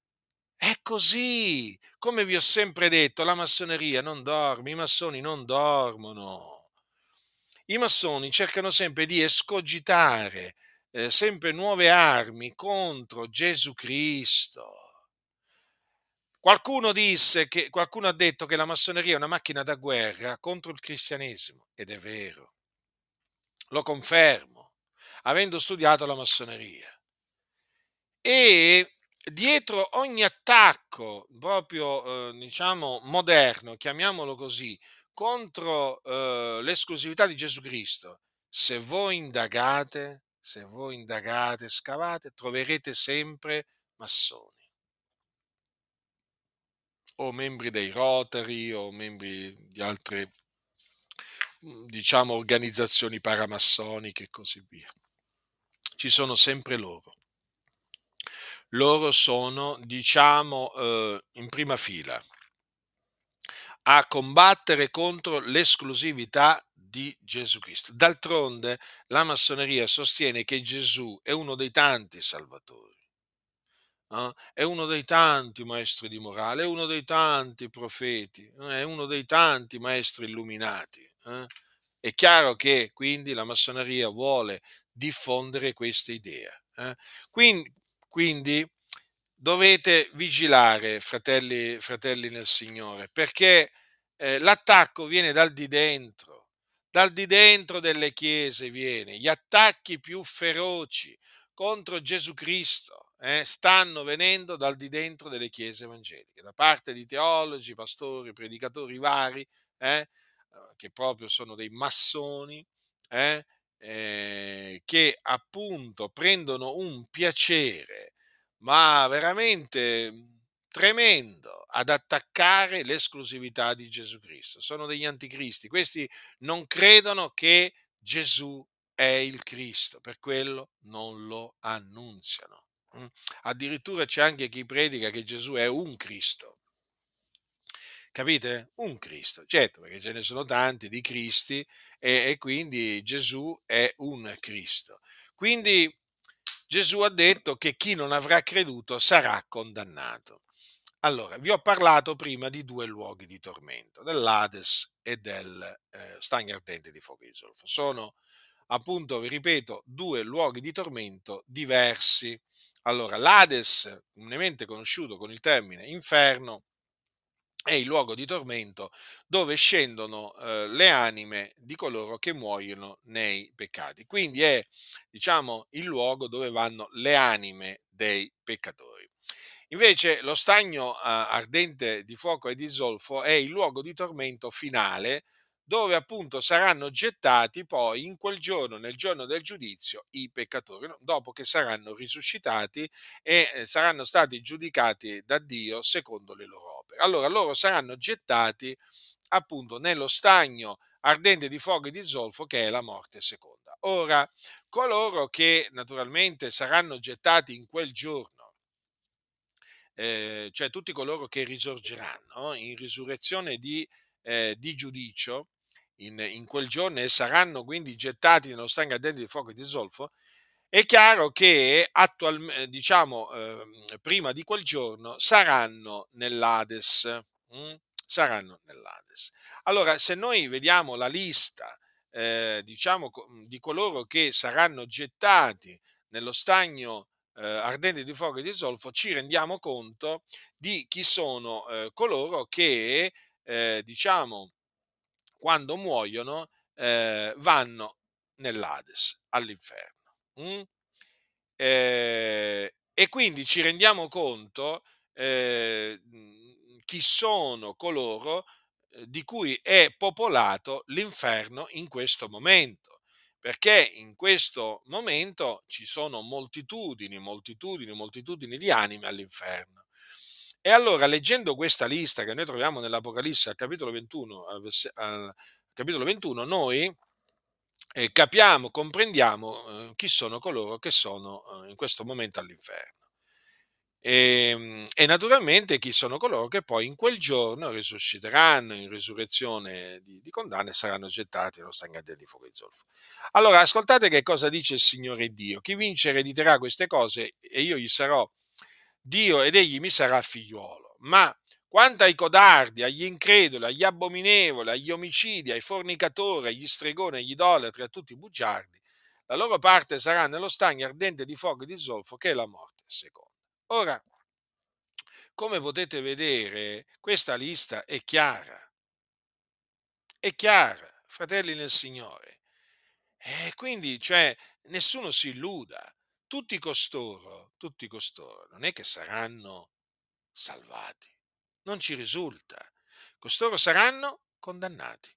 Speaker 1: È così, come vi ho sempre detto, la massoneria non dorme, i massoni non dormono. I massoni cercano sempre di escogitare eh, sempre nuove armi contro Gesù Cristo. Qualcuno disse che, qualcuno ha detto che la massoneria è una macchina da guerra contro il cristianesimo, ed è vero, lo confermo, avendo studiato la massoneria. E dietro ogni attacco proprio, eh, diciamo, moderno, chiamiamolo così, contro eh, l'esclusività di Gesù Cristo, se voi indagate, se voi indagate, scavate, troverete sempre massoni o membri dei Rotary o membri di altre, diciamo, organizzazioni paramassoniche e così via. Ci sono sempre loro. Loro sono, diciamo, eh, in prima fila a combattere contro l'esclusività di Gesù Cristo. D'altronde la massoneria sostiene che Gesù è uno dei tanti salvatori. Eh? È uno dei tanti maestri di morale, è uno dei tanti profeti, eh? È uno dei tanti maestri illuminati. Eh? È chiaro che quindi la massoneria vuole diffondere questa idea. Eh? Quindi, quindi dovete vigilare, fratelli, fratelli nel Signore, perché eh, l'attacco viene dal di dentro, dal di dentro delle chiese viene, gli attacchi più feroci contro Gesù Cristo eh, stanno venendo dal di dentro delle chiese evangeliche, da parte di teologi, pastori, predicatori vari, eh, che proprio sono dei massoni, eh, eh, che appunto prendono un piacere ma veramente tremendo ad attaccare l'esclusività di Gesù Cristo. Sono degli anticristi. Questi non credono che Gesù è il Cristo, per quello non lo annunziano. Mm. Addirittura c'è anche chi predica che Gesù è un Cristo. Capite? Un Cristo. Certo, perché ce ne sono tanti di Cristi e, e quindi Gesù è un Cristo. Quindi Gesù ha detto che chi non avrà creduto sarà condannato. Allora, vi ho parlato prima di due luoghi di tormento, dell'Ades e del eh, stagno ardente di fuoco di zolfo. Sono appunto, vi ripeto, due luoghi di tormento diversi. Allora, l'Ades, comunemente conosciuto con il termine inferno, è il luogo di tormento dove scendono eh, le anime di coloro che muoiono nei peccati. Quindi è, diciamo, il luogo dove vanno le anime dei peccatori. Invece lo stagno eh, ardente di fuoco e di zolfo è il luogo di tormento finale dove appunto saranno gettati poi in quel giorno, nel giorno del giudizio, i peccatori, no? Dopo che saranno risuscitati e eh, saranno stati giudicati da Dio secondo le loro opere. Allora loro saranno gettati appunto nello stagno ardente di fuoco e di zolfo che è la morte seconda. Ora, coloro che naturalmente saranno gettati in quel giorno, eh, cioè tutti coloro che risorgeranno in risurrezione di, eh, di giudicio in, in quel giorno e saranno quindi gettati nello stagno ardente di fuoco e di zolfo, è chiaro che attualmente, diciamo, eh, prima di quel giorno saranno nell'Ades. mm? Saranno nell'Ades. Allora, se noi vediamo la lista, eh, diciamo, co- di coloro che saranno gettati nello stagno eh, ardente di fuoco e di zolfo, ci rendiamo conto di chi sono eh, coloro che, eh, diciamo, quando muoiono eh, vanno nell'Ades, all'inferno. Mm? Eh, e quindi ci rendiamo conto eh, chi sono coloro eh, di cui è popolato l'inferno in questo momento, perché in questo momento ci sono moltitudini, moltitudini, moltitudini di anime all'inferno. E allora, leggendo questa lista che noi troviamo nell'Apocalisse al capitolo ventuno, al vers- al capitolo ventuno noi eh, capiamo, comprendiamo eh, chi sono coloro che sono eh, in questo momento all'inferno. E, e naturalmente chi sono coloro che poi in quel giorno risusciteranno in risurrezione di, di condanna e saranno gettati nello stagno ardente di fuoco e zolfo. Allora, ascoltate che cosa dice il Signore Dio. Chi vince erediterà queste cose e io gli sarò Dio ed egli mi sarà figliuolo. Ma quanto ai codardi, agli increduli, agli abominevoli, agli omicidi, ai fornicatori, agli stregoni, agli idolatri, a tutti i bugiardi, la loro parte sarà nello stagno ardente di fuoco e di zolfo che è la morte seconda. Ora, come potete vedere, questa lista è chiara, è chiara, fratelli nel Signore. E quindi, cioè, nessuno si illuda. Tutti costoro, tutti costoro, non è che saranno salvati. Non ci risulta. Costoro saranno condannati.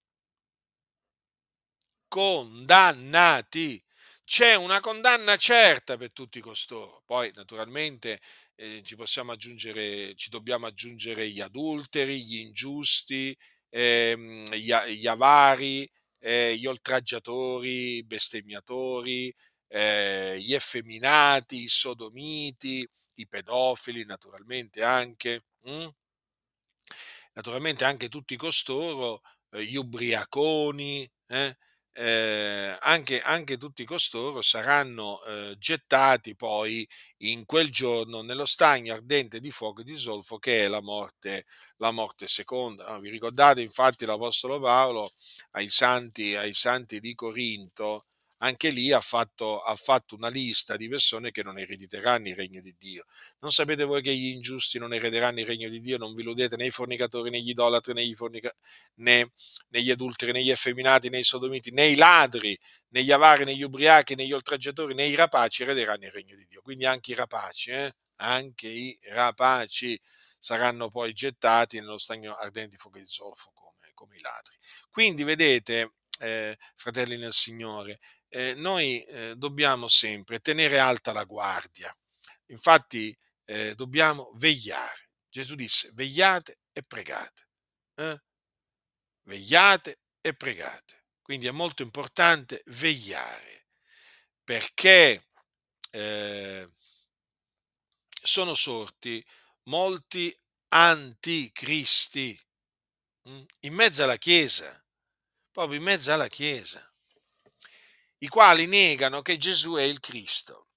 Speaker 1: Condannati. C'è una condanna certa per tutti costoro. Poi, naturalmente, eh, ci possiamo aggiungere, ci dobbiamo aggiungere gli adulteri, gli ingiusti, ehm, gli, a- gli avari, eh, gli oltraggiatori, i bestemmiatori, eh, gli effeminati, i sodomiti, i pedofili, naturalmente anche. mm? Naturalmente anche tutti costoro, eh, gli ubriaconi, eh, eh, anche, anche tutti costoro saranno eh, gettati poi in quel giorno nello stagno ardente di fuoco e di zolfo che è la morte, la morte seconda. No? Vi ricordate infatti l'Apostolo Paolo ai santi, ai santi di Corinto anche lì ha fatto, ha fatto una lista di persone che non erediteranno il regno di Dio. Non sapete voi che gli ingiusti non erederanno il regno di Dio? Non vi illudete, né i fornicatori, né gli idolatri, né, i fornica- né, né gli adulteri, né gli effeminati, né i sodomiti, né i ladri, né gli avari, né gli ubriachi, né gli oltraggiatori, né i rapaci erederanno il regno di Dio. Quindi anche i rapaci, eh? Anche i rapaci saranno poi gettati nello stagno ardente di fuoco e di zolfo come, come i ladri. Quindi vedete, eh, fratelli nel Signore, eh, noi eh, dobbiamo sempre tenere alta la guardia. Infatti eh, dobbiamo vegliare. Gesù disse: vegliate e pregate. eh? Vegliate e pregate. Quindi è molto importante vegliare, perché eh, sono sorti molti anticristi, mm, in mezzo alla Chiesa, proprio in mezzo alla Chiesa, i quali negano che Gesù è il Cristo.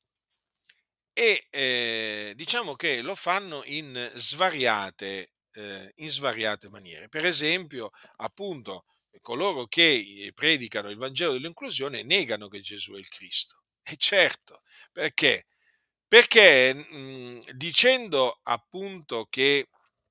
Speaker 1: E eh, diciamo che lo fanno in svariate, eh, in svariate maniere. Per esempio, appunto, coloro che eh, predicano il Vangelo dell'inclusione negano che Gesù è il Cristo. E certo, perché? Perché mh, dicendo appunto che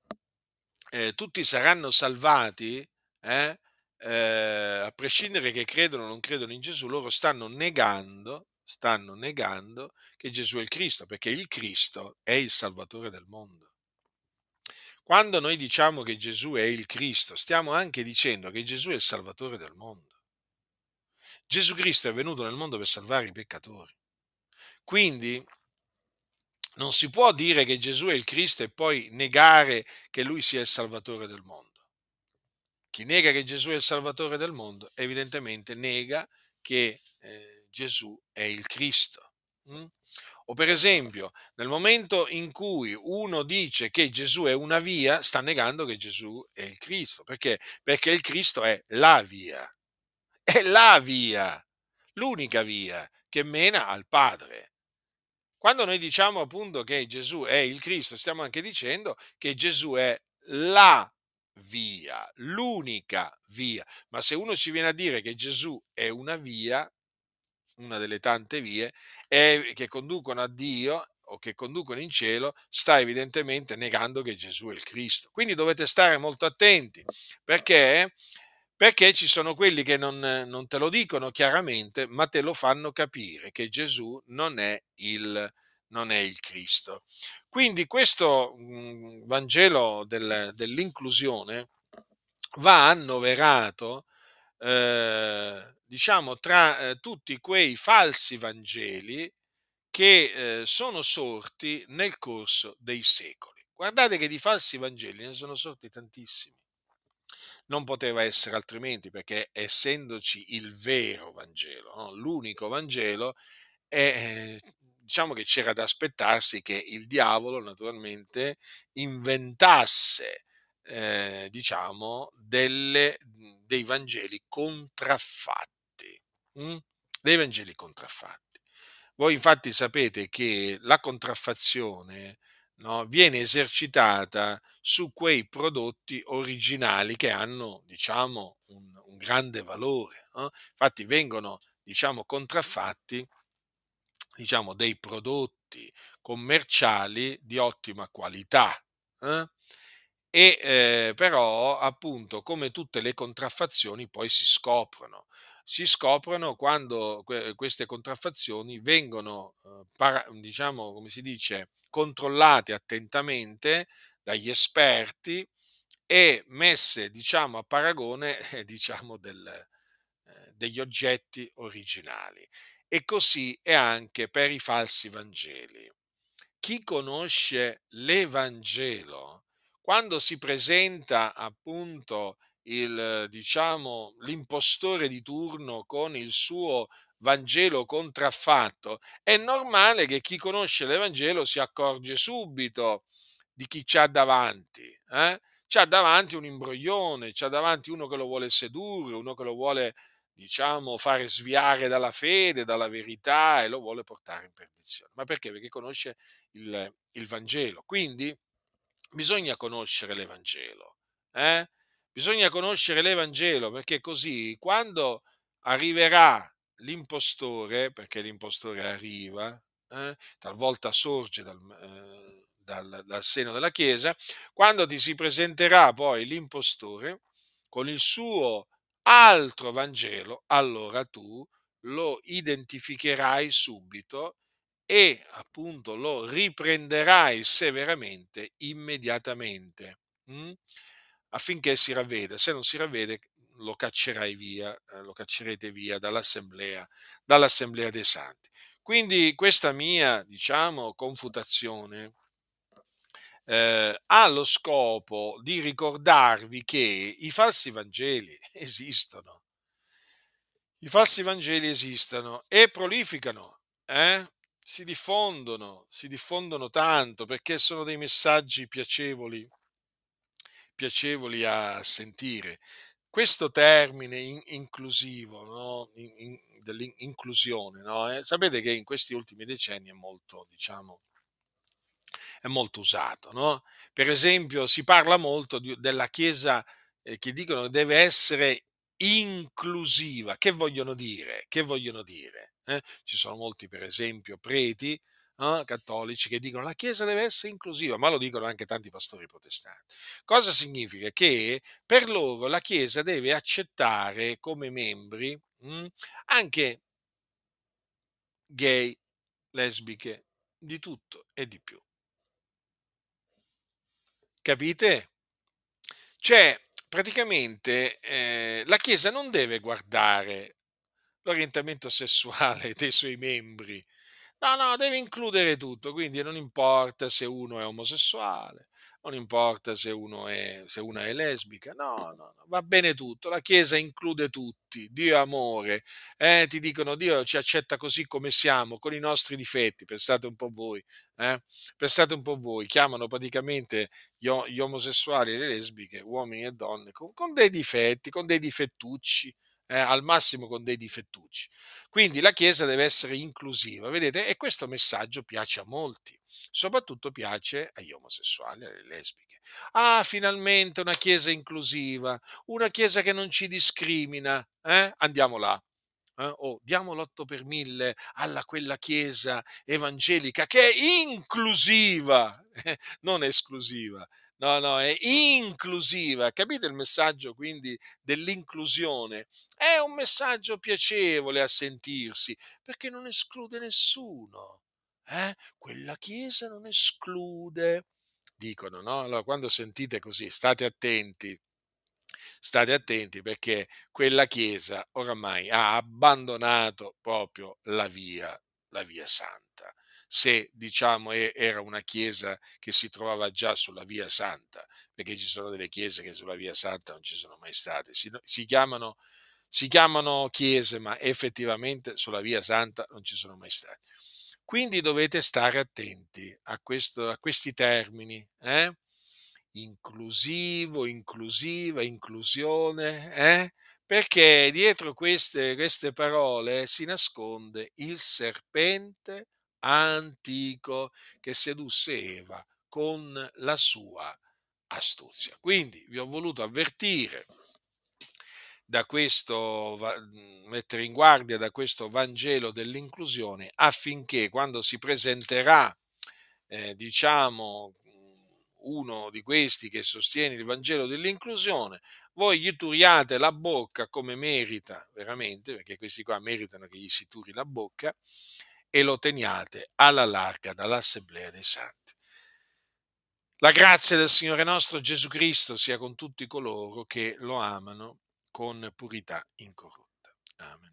Speaker 1: eh, tutti saranno salvati, eh, eh, a prescindere che credono o non credono in Gesù, loro stanno negando, stanno negando che Gesù è il Cristo, perché il Cristo è il Salvatore del mondo. Quando noi diciamo che Gesù è il Cristo, stiamo anche dicendo che Gesù è il Salvatore del mondo. Gesù Cristo è venuto nel mondo per salvare i peccatori. Quindi non si può dire che Gesù è il Cristo e poi negare che Lui sia il Salvatore del mondo. Chi nega che Gesù è il Salvatore del mondo, evidentemente nega che eh, Gesù è il Cristo. mm? O per esempio, nel momento in cui uno dice che Gesù è una via, sta negando che Gesù è il Cristo. Perché? Perché il Cristo è la via. È la via, l'unica via che mena al Padre. Quando noi diciamo appunto che Gesù è il Cristo, stiamo anche dicendo che Gesù è la via, l'unica via. Ma se uno ci viene a dire che Gesù è una via, una delle tante vie, e che conducono a Dio o che conducono in cielo, sta evidentemente negando che Gesù è il Cristo. Quindi dovete stare molto attenti, perché, perché ci sono quelli che non, non te lo dicono chiaramente, ma te lo fanno capire che Gesù non è il, non è il Cristo. Quindi questo mh, Vangelo del- dell'inclusione va annoverato, eh, diciamo, tra eh, tutti quei falsi Vangeli che eh, sono sorti nel corso dei secoli. Guardate che di falsi Vangeli ne sono sorti tantissimi. Non poteva essere altrimenti, perché essendoci il vero Vangelo, no? L'unico Vangelo, e eh, diciamo che c'era da aspettarsi che il diavolo naturalmente inventasse, eh, diciamo, delle, dei Vangeli contraffatti. mm? Dei Vangeli contraffatti. Voi infatti sapete che la contraffazione, no, viene esercitata su quei prodotti originali che hanno, diciamo, un, un grande valore. no? Infatti vengono, diciamo, contraffatti, diciamo, dei prodotti commerciali di ottima qualità. eh? E eh, però, appunto, come tutte le contraffazioni, poi si scoprono. Si scoprono quando que- queste contraffazioni vengono, eh, para- diciamo, come si dice, controllate attentamente dagli esperti e messe, diciamo, a paragone, eh, diciamo, del, eh, degli oggetti originali. E così è anche per i falsi Vangeli. Chi conosce l'Evangelo, quando si presenta appunto il, diciamo, l'impostore di turno con il suo Vangelo contraffatto, è normale che chi conosce l'Evangelo si accorge subito di chi c'ha davanti. Eh? C'ha davanti un imbroglione, c'ha davanti uno che lo vuole sedurre, uno che lo vuole, diciamo, fare sviare dalla fede, dalla verità, e lo vuole portare in perdizione. Ma perché? Perché conosce il, il Vangelo. Quindi bisogna conoscere l'Evangelo. Eh? Bisogna conoscere l'Evangelo, perché così quando arriverà l'impostore, perché l'impostore arriva, eh, talvolta sorge dal, eh, dal- dal seno della Chiesa, quando ti si presenterà poi l'impostore con il suo altro Vangelo, allora tu lo identificherai subito e appunto lo riprenderai severamente immediatamente, mm? Affinché si ravveda. Se non si ravvede, lo caccerai via, eh, lo caccerete via dall'assemblea, dall'assemblea dei santi. Quindi questa mia, diciamo, confutazione eh, ha lo scopo di ricordarvi che i falsi Vangeli esistono. I falsi Vangeli esistono e prolificano, eh? Si diffondono, si diffondono tanto perché sono dei messaggi piacevoli, piacevoli a sentire. Questo termine in- inclusivo, no? In- in- dell'inclusione, no? Eh, sapete che in questi ultimi decenni è molto, diciamo, è molto usato, no? Per esempio, si parla molto di- della Chiesa eh, che dicono che deve essere inclusiva. Che vogliono dire? Che vogliono dire? Eh? Ci sono molti, per esempio, preti eh, cattolici che dicono la Chiesa deve essere inclusiva, ma lo dicono anche tanti pastori protestanti. Cosa significa? Che per loro la Chiesa deve accettare come membri mh, anche gay, lesbiche, di tutto e di più. Capite? Cioè, praticamente eh, la Chiesa non deve guardare l'orientamento sessuale dei suoi membri. No, no, deve includere tutto, quindi non importa se uno è omosessuale, non importa se uno è, se una è lesbica, no, no, no, va bene tutto, la Chiesa include tutti, Dio è amore, eh, ti dicono Dio ci accetta così come siamo, con i nostri difetti, pensate un po' voi, eh? Pensate un po' voi, chiamano praticamente gli, o- gli omosessuali e le lesbiche, uomini e donne, con, con dei difetti, con dei difettucci, eh, al massimo con dei difettucci. Quindi la Chiesa deve essere inclusiva, vedete? E questo messaggio piace a molti, soprattutto piace agli omosessuali e alle lesbiche. Ah, finalmente una Chiesa inclusiva, una Chiesa che non ci discrimina, eh? Andiamo là. Eh? Oh, diamo l'otto per mille alla quella Chiesa evangelica che è inclusiva, eh, non esclusiva. No, no, è inclusiva. Capite il messaggio quindi dell'inclusione? È un messaggio piacevole a sentirsi perché non esclude nessuno. Eh? Quella Chiesa non esclude. Dicono, no? Allora, quando sentite così, state attenti, state attenti perché quella Chiesa oramai ha abbandonato proprio la via, la via santa. Se diciamo e- era una Chiesa che si trovava già sulla via santa, perché ci sono delle chiese che sulla via santa non ci sono mai state, si, si chiamano, si chiamano chiese, ma effettivamente sulla via santa non ci sono mai state. Quindi dovete stare attenti a, questo, a questi termini, eh? Inclusivo, inclusiva, inclusione, eh? Perché dietro queste, queste parole si nasconde il serpente antico che sedusse Eva con la sua astuzia. Quindi vi ho voluto avvertire da questo, va- mettere in guardia da questo Vangelo dell'inclusione affinché quando si presenterà, eh, diciamo, uno di questi che sostiene il Vangelo dell'inclusione, voi gli turiate la bocca come merita veramente, perché questi qua meritano che gli si turi la bocca, e lo teniate alla larga dall'assemblea dei santi. La grazia del Signore nostro Gesù Cristo sia con tutti coloro che lo amano con purità incorrotta. Amen.